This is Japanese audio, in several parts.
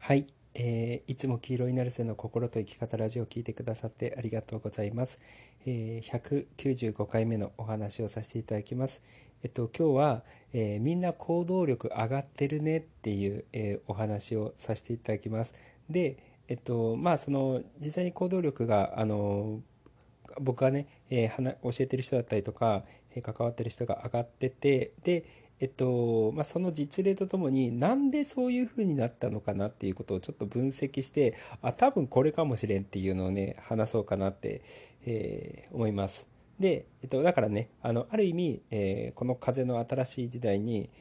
はい、いつも黄色いナルセの心と生き方ラジオを聞いてくださってありがとうございます。195回目のお話をさせていただきます。今日は、みんな行動力上がってるねっていう、お話をさせていただきます。で、その実際に行動力が僕がね、教えてる人だったりとか、関わってる人が上がってて、で、その実例とともになんでそういう風になったのかなっていうことをちょっと分析して、多分これかもしれんっていうのをね話そうかなって、思います。で、だからね、ある意味、この風の新しい時代に、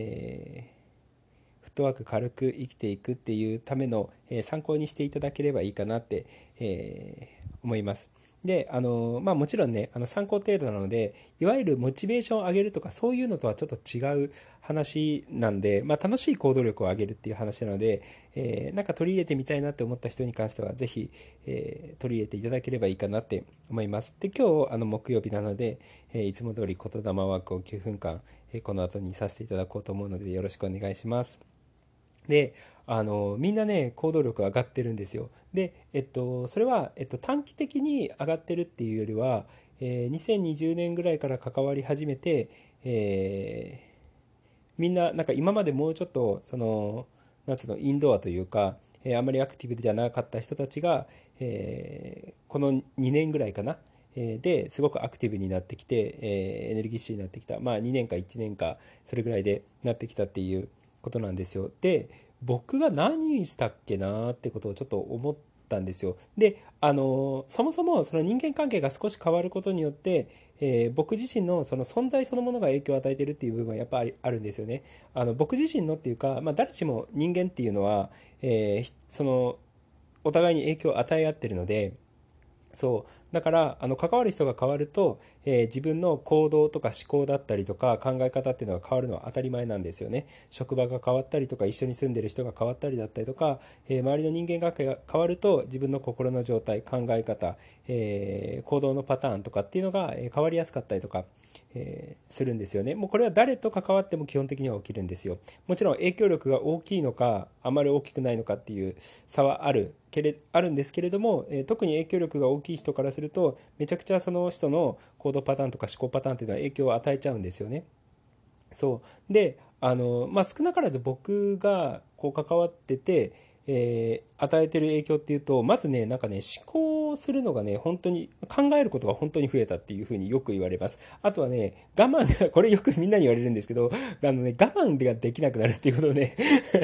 フットワーク軽く生きていくっていうための、参考にしていただければいいかなって、思います。で、もちろんね、参考程度なので、いわゆるモチベーションを上げるとか、そういうのとはちょっと違う話なんで、楽しい行動力を上げるっていう話なので、なんか取り入れてみたいなって思った人に関しては、ぜひ、取り入れていただければいいかなって思います。で、今日、木曜日なので、いつも通り言霊ワークを9分間、この後にさせていただこうと思うので、よろしくお願いします。で、みんなね、行動力上がってるんですよ。で、それは、短期的に上がってるっていうよりは、2020年ぐらいから関わり始めて、みんな、なんか今までもうちょっと、なんつうの、インドアというか、あまりアクティブじゃなかった人たちが、この2年ぐらいかな、ですごくアクティブになってきて、エネルギッシュになってきた、2年か1年かそれぐらいでなってきたっていうことなんですよ。で、僕が何したっけなってことをちょっと思ったんですよ。で、そもそもその人間関係が少し変わることによって、僕自身のその存在そのものが影響を与えているっていう部分はやっぱりあるんですよね。僕自身のっていうか、誰しも人間っていうのは、お互いに影響を与え合ってるので、そうだから関わる人が変わると、自分の行動とか思考だったりとか考え方っていうのが変わるのは当たり前なんですよね。職場が変わったりとか一緒に住んでる人が変わったりだったりとか、周りの人間関係が変わると自分の心の状態、考え方、行動のパターンとかっていうのが変わりやすかったりとか、するんですよね。もうこれは誰と関わっても基本的には起きるんですよ。もちろん影響力が大きいのかあまり大きくないのかっていう差はあるんですけれども、特に影響力が大きい人からするとめちゃくちゃその人の行動パターンとか思考パターンっていうのは影響を与えちゃうんですよね。そうで、少なからず僕がこう関わってて、与えてる影響っていうと、まずね、なんかね、思考するのがね、本当に考えることが本当に増えたっていうふうによく言われます。あとはね、我慢がこれよくみんなに言われるんですけど、我慢ができなくなるっていうことをね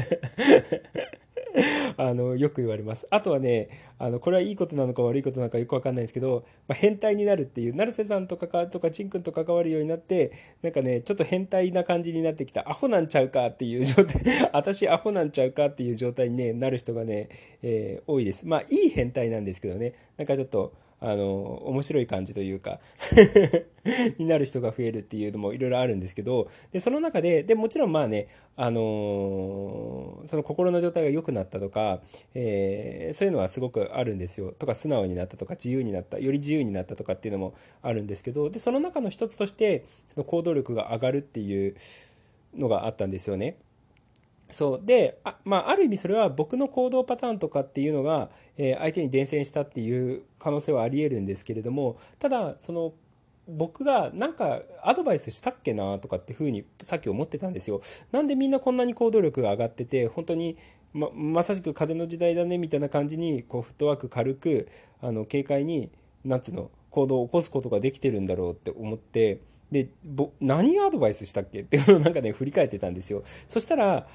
よく言われます。あとはね、これはいいことなのか悪いことなのかよくわかんないんですけど、変態になるっていう、成瀬さんとか、ちんくんと関わるようになって、なんかね、ちょっと変態な感じになってきた。アホなんちゃうかっていう状態、私アホなんちゃうかっていう状態に、ね、なる人がね、多いです。いい変態なんですけどね、なんかちょっと、面白い感じというかになる人が増えるっていうのもいろいろあるんですけど、で、その中で、もちろんね、その心の状態が良くなったとか、そういうのはすごくあるんですよ。とか、素直になったとか、自由になった、より自由になったとかっていうのもあるんですけど、で、その中の一つとして、その行動力が上がるっていうのがあったんですよね。そうで、ある意味それは僕の行動パターンとかっていうのが、相手に伝染したっていう可能性はありえるんですけれども、ただその僕がなんかアドバイスしたっけなとかっていうふうにさっき思ってたんですよ。なんでみんなこんなに行動力が上がってて、本当にまさしく風の時代だねみたいな感じにこうフットワーク軽く軽快になんつうの行動を起こすことができてるんだろうって思って、で何アドバイスしたっけっていうのをなんかね振り返ってたんですよ。そしたら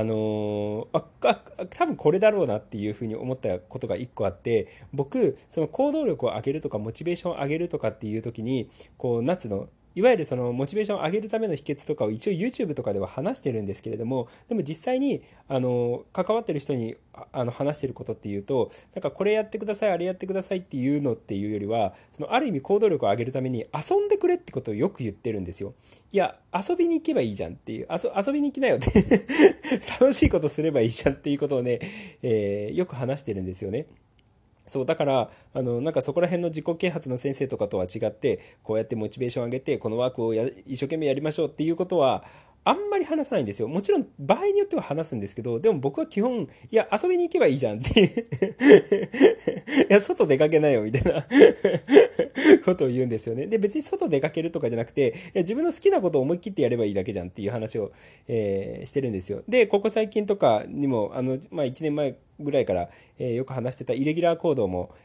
多分これだろうなっていうふうに思ったことが一個あって、僕その行動力を上げるとかモチベーションを上げるとかっていう時にこう夏のいわゆるそのモチベーションを上げるための秘訣とかを一応 YouTube とかでは話してるんですけれども、でも実際に関わってる人に話してることっていうと、なんかこれやってくださいあれやってくださいっていうのっていうよりは、そのある意味行動力を上げるために遊んでくれってことをよく言ってるんですよ。いや遊びに行けばいいじゃんっていう、遊びに行きなよって楽しいことすればいいじゃんっていうことをね、よく話してるんですよね。そうだからなんかそこら辺の自己啓発の先生とかとは違って、こうやってモチベーション上げてこのワークを一生懸命やりましょうっていうことはあんまり話さないんですよ。もちろん場合によっては話すんですけど、でも僕は基本、いや、遊びに行けばいいじゃんっていういや、外出かけなよみたいなことを言うんですよね。で、別に外出かけるとかじゃなくて、いや、自分の好きなことを思い切ってやればいいだけじゃんっていう話を、してるんですよ。で、ここ最近とかにも、1年前ぐらいから、よく話してたイレギュラー行動も、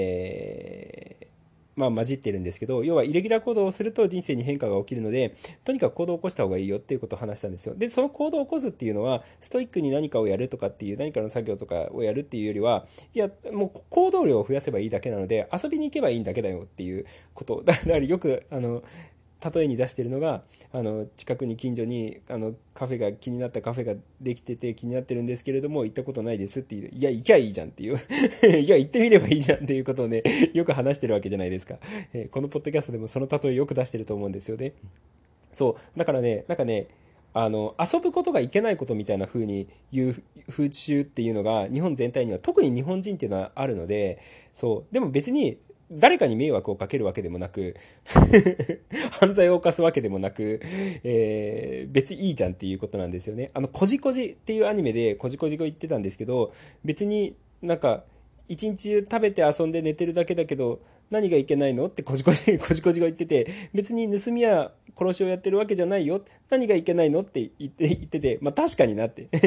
混じってるんですけど、要はイレギュラー行動をすると人生に変化が起きるので、とにかく行動を起こした方がいいよっていうことを話したんですよ。で、その行動を起こすっていうのは、ストイックに何かをやるとかっていう、何かの作業とかをやるっていうよりは、いや、もう行動量を増やせばいいだけなので、遊びに行けばいいんだけだよっていうこと。だからよく、例えに出してるのが、近くに近所にカフェが気になったカフェができてて気になってるんですけれども行ったことないですっていう、いや行きゃいいじゃんっていういや行ってみればいいじゃんっていうことをね、よく話してるわけじゃないですか。このポッドキャストでもその例えよく出してると思うんですよね。そうだからね、なんかね、遊ぶことがいけないことみたいな風に言う風習っていうのが日本全体には、特に日本人っていうのはあるので、そうでも別に誰かに迷惑をかけるわけでもなく犯罪を犯すわけでもなく、別にいいじゃんっていうことなんですよね。こじこじっていうアニメでこじこじが言ってたんですけど、別になんか一日中食べて遊んで寝てるだけだけど何がいけないのってこじこじこじこじが言ってて、別に盗みや殺しをやってるわけじゃないよ、何がいけないのって言ってて、まあ確かになって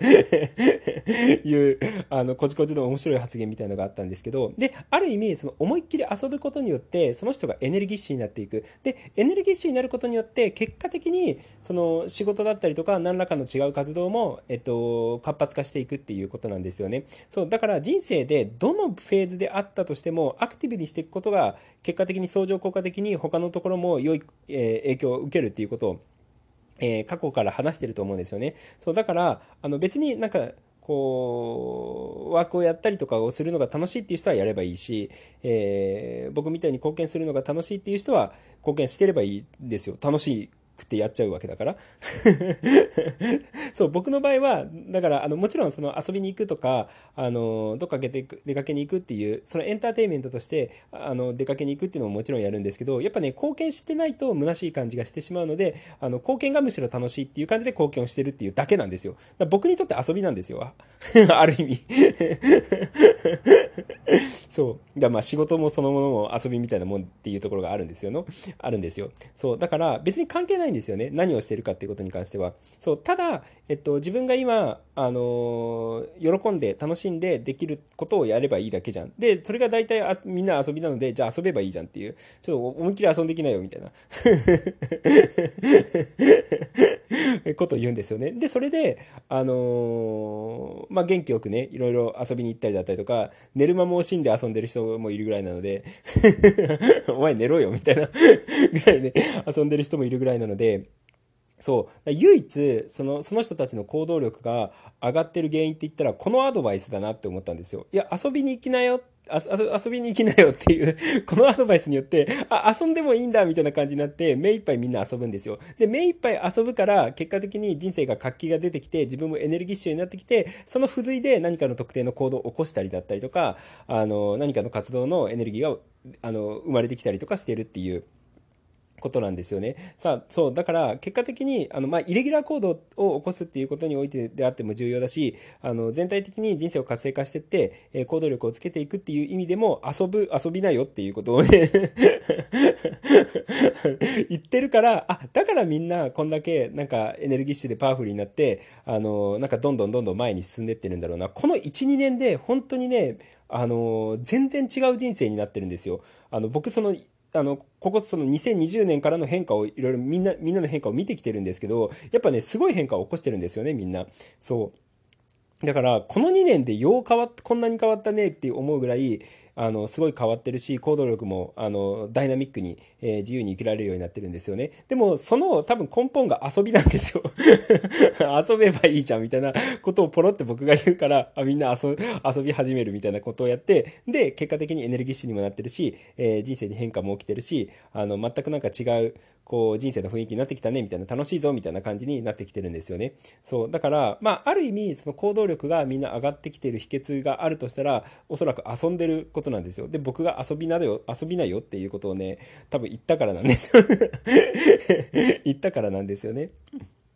いうこじこじの面白い発言みたいなのがあったんですけど、である意味その思いっきり遊ぶことによってその人がエネルギッシュになっていく。でエネルギッシュになることによって結果的にその仕事だったりとか何らかの違う活動も、活発化していくっていうことなんですよね。そうだから人生でどのフェーズであったとしてもアクティブにしていくことが結果的に相乗効果的に他のところも良い、影響を受けるっていうことを、過去から話してると思うんですよね。そうだから別になんかこうワークをやったりとかをするのが楽しいっていう人はやればいいし、僕みたいに貢献するのが楽しいっていう人は貢献してればいいんですよ。楽しくてやっちゃうわけだからそう僕の場合はだからもちろんその遊びに行くとかどっか出かけに行くっていうそのエンターテインメントとして出かけに行くっていうのももちろんやるんですけど、やっぱね貢献してないと虚しい感じがしてしまうので、貢献がむしろ楽しいっていう感じで貢献をしてるっていうだけなんですよ。だから僕にとって遊びなんですよある意味そうだ、まあ仕事もそのものも遊びみたいなもんっていうところがあるんですよのあるんですよ。そうだから別に関係ないんですよね、何をしてるかっていうことに関しては。そうただ、自分が今、喜んで楽しんでできることをやればいいだけじゃん。でそれが大体みんな遊びなので、じゃあ遊べばいいじゃんっていう、ちょっと思いっきり遊んできなよみたいなことを言うんですよね。でそれで元気よくねいろいろ遊びに行ったりだったりとか、寝る間も惜しんで遊んでる人もいるぐらいなのでお前寝ろよみたいなぐらいで遊んでる人もいるぐらいなので、そう唯一その人たちの行動力が上がってる原因って言ったらこのアドバイスだなって思ったんですよ。いや遊びに行きなよ、遊びに行きなよっていうこのアドバイスによって、遊んでもいいんだみたいな感じになって目いっぱいみんな遊ぶんですよ。で目いっぱい遊ぶから結果的に人生が活気が出てきて自分もエネルギッシュになってきて、その付随で何かの特定の行動を起こしたりだったりとか、何かの活動のエネルギーが生まれてきたりとかしてるっていうことなんですよね。さあ、そう、だから結果的にイレギュラー行動を起こすっていうことにおいてであっても重要だし、全体的に人生を活性化していって、行動力をつけていくっていう意味でも遊びなよっていうことをね言ってるから、だからみんなこんだけなんかエネルギッシュでパワフルになって、なんかどんどんどんどん前に進んでってるんだろうな。この1、2年で本当にね、全然違う人生になってるんですよ。僕ここその2020年からの変化をいろいろみんなの変化を見てきてるんですけど、やっぱねすごい変化を起こしてるんですよねみんな。そうだからこの2年でこんなに変わったねって思うぐらいすごい変わってるし、行動力もダイナミックに、自由に生きられるようになってるんですよね。でもその多分根本が遊びなんですよ遊べばいいじゃんみたいなことをポロって僕が言うから、みんな遊び始めるみたいなことをやって、で結果的にエネルギッシュにもなってるし、人生に変化も起きてるし、全くなんか違うこう人生の雰囲気になってきたねみたいな、楽しいぞみたいな感じになってきてるんですよね。そうだから、ある意味その行動力がみんな上がってきてる秘訣があるとしたら、おそらく遊んでることなんですよ。で僕が遊びなよっていうことをね多分言ったからなんですよ言ったからなんですよね。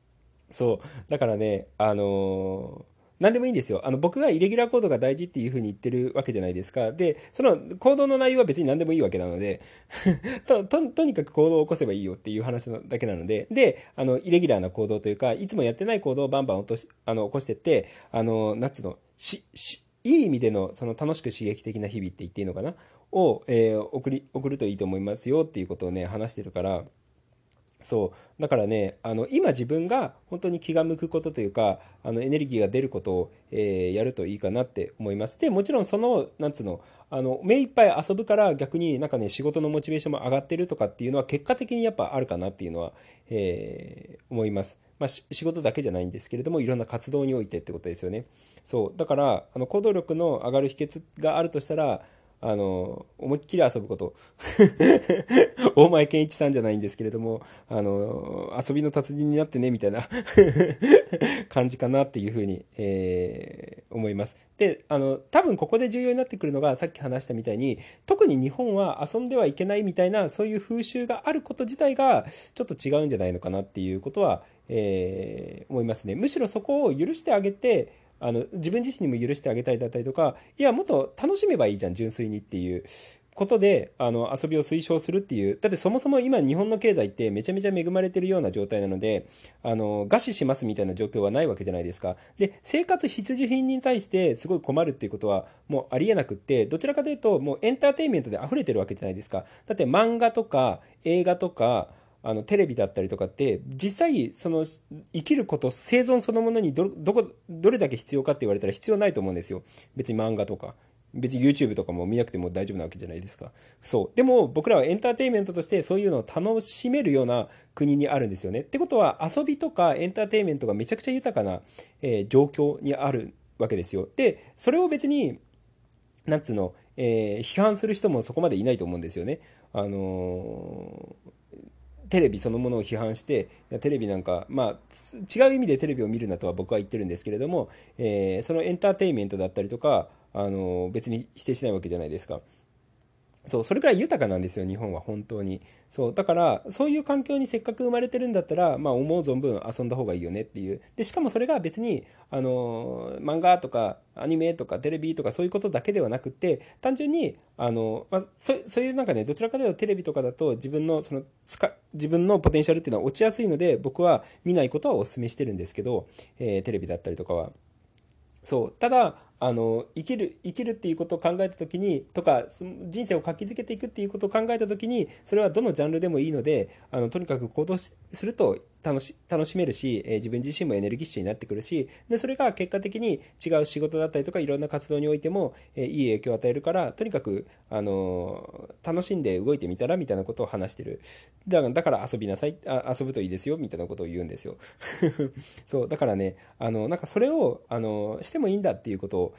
そうだからね、何でもいいんですよ。僕がイレギュラー行動が大事っていうふうに言ってるわけじゃないですか。で、その行動の内容は別に何でもいいわけなので、とにかく行動を起こせばいいよっていう話のだけなので、で、イレギュラーな行動というか、いつもやってない行動をバンバン起こしてって、なんつうの、いい意味での、その楽しく刺激的な日々って言っていいのかなを、送るといいと思いますよっていうことをね、話してるから、そうだからね、今自分が本当に気が向くことというか、エネルギーが出ることを、やるといいかなって思います。でもちろんそのなんつうの、目いっぱい遊ぶから逆になんかね、仕事のモチベーションも上がってるとかっていうのは結果的にやっぱあるかなっていうのは、思います。まあ、仕事だけじゃないんですけれども、いろんな活動においてってことですよね。そうだから、行動力の上がる秘訣があるとしたら、思いっきり遊ぶこと。大前健一さんじゃないんですけれども、遊びの達人になってねみたいな感じかなっていうふうに、思います。で、多分ここで重要になってくるのが、さっき話したみたいに、特に日本は遊んではいけないみたいな、そういう風習があること自体がちょっと違うんじゃないのかなっていうことは、思いますね。むしろそこを許してあげて、自分自身にも許してあげたりだったりとか、いや、もっと楽しめばいいじゃん、純粋にっていうことで、遊びを推奨するっていう。だってそもそも今日本の経済ってめちゃめちゃ恵まれてるような状態なので、餓死しますみたいな状況はないわけじゃないですか。で、生活必需品に対してすごい困るっていうことはもうありえなくって、どちらかというともうエンターテインメントで溢れてるわけじゃないですか。だって漫画とか映画とか、テレビだったりとかって実際その生きること生存そのものにどれだけ必要かって言われたら必要ないと思うんですよ。別に漫画とか別に YouTube とかも見なくても大丈夫なわけじゃないですか。そうでも僕らはエンターテインメントとしてそういうのを楽しめるような国にあるんですよね。ってことは遊びとかエンターテインメントがめちゃくちゃ豊かな、状況にあるわけですよ。でそれを別になんつうの、批判する人もそこまでいないと思うんですよね。あのテレビそのものを批判して、テレビなんか、まあ、違う意味でテレビを見るなとは僕は言ってるんですけれども、そのエンターテインメントだったりとか、別に否定しないわけじゃないですか。そう、それくらい豊かなんですよ、日本は本当に。そう、だから、そういう環境にせっかく生まれてるんだったら、まあ、思う存分遊んだ方がいいよねっていう。で、しかもそれが別に、漫画とか、アニメとか、テレビとか、そういうことだけではなくて、単純に、まあ、そういうなんかね、どちらかというとテレビとかだと、自分のポテンシャルっていうのは落ちやすいので、僕は見ないことはお勧めしてるんですけど、テレビだったりとかは。そうただ生きるっていうことを考えた時にとか人生を活気づけていくっていうことを考えた時にそれはどのジャンルでもいいのでとにかく行動すると楽しめるし、自分自身もエネルギッシュになってくるしでそれが結果的に違う仕事だったりとかいろんな活動においても、いい影響を与えるからとにかく、楽しんで動いてみたらみたいなことを話してる。だから遊びなさい遊ぶといいですよみたいなことを言うんですよ。そうだからねなんかそれをしてもいいんだっていうことを、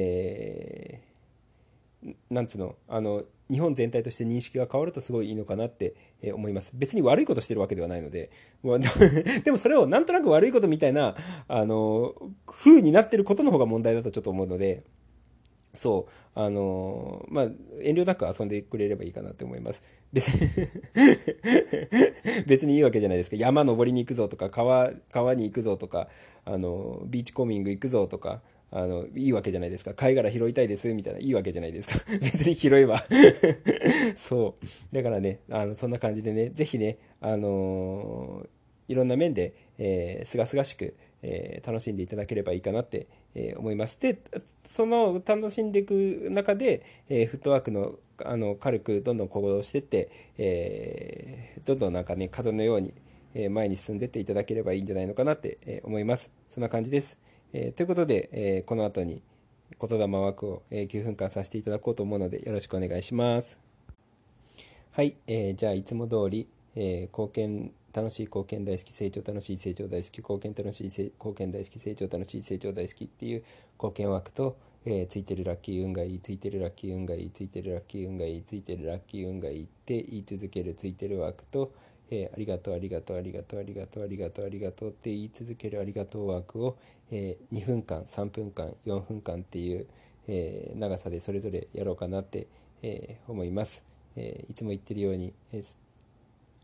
なんつうの日本全体として認識が変わるとすごいいいのかなって、思います。別に悪いことしてるわけではないので、まあでもそれをなんとなく悪いことみたいな風になってることの方が問題だとちょっと思うので、そうまあ遠慮なく遊んでくれればいいかなって思います。別に別にいいわけじゃないですか。山登りに行くぞとか川に行くぞとかビーチコーミング行くぞとかいいわけじゃないですか。貝殻拾いたいですみたいないいわけじゃないですか。別に拾えばそうだからねそんな感じでねぜひねいろんな面で、すがすがしく、楽しんでいただければいいかなって、思います。で、その楽しんでいく中で、フットワークの、軽くどんどん行動していって、どんどんなんかね、風のように、前に進んでいっていただければいいんじゃないのかなって、思います。そんな感じです。ということで、この後に言霊枠を、9分間させていただこうと思うのでよろしくお願いします。はい、じゃあいつも通り、貢献楽しい貢献大好き成長楽しい成長大好き貢献楽しい貢献大好き成長楽しい成長大好きっていう貢献枠と、ついてるラッキー運がいいついてるラッキー運がいいついてるラッキー運がいいついてるラッキー運がいいって言い続けるついてる枠と、ありがとうありがとうありがとうありがとうありがとうありがとうって言い続けるありがとう枠を、2分間3分間4分間っていう、長さでそれぞれやろうかなって、思います。いつも言ってるように、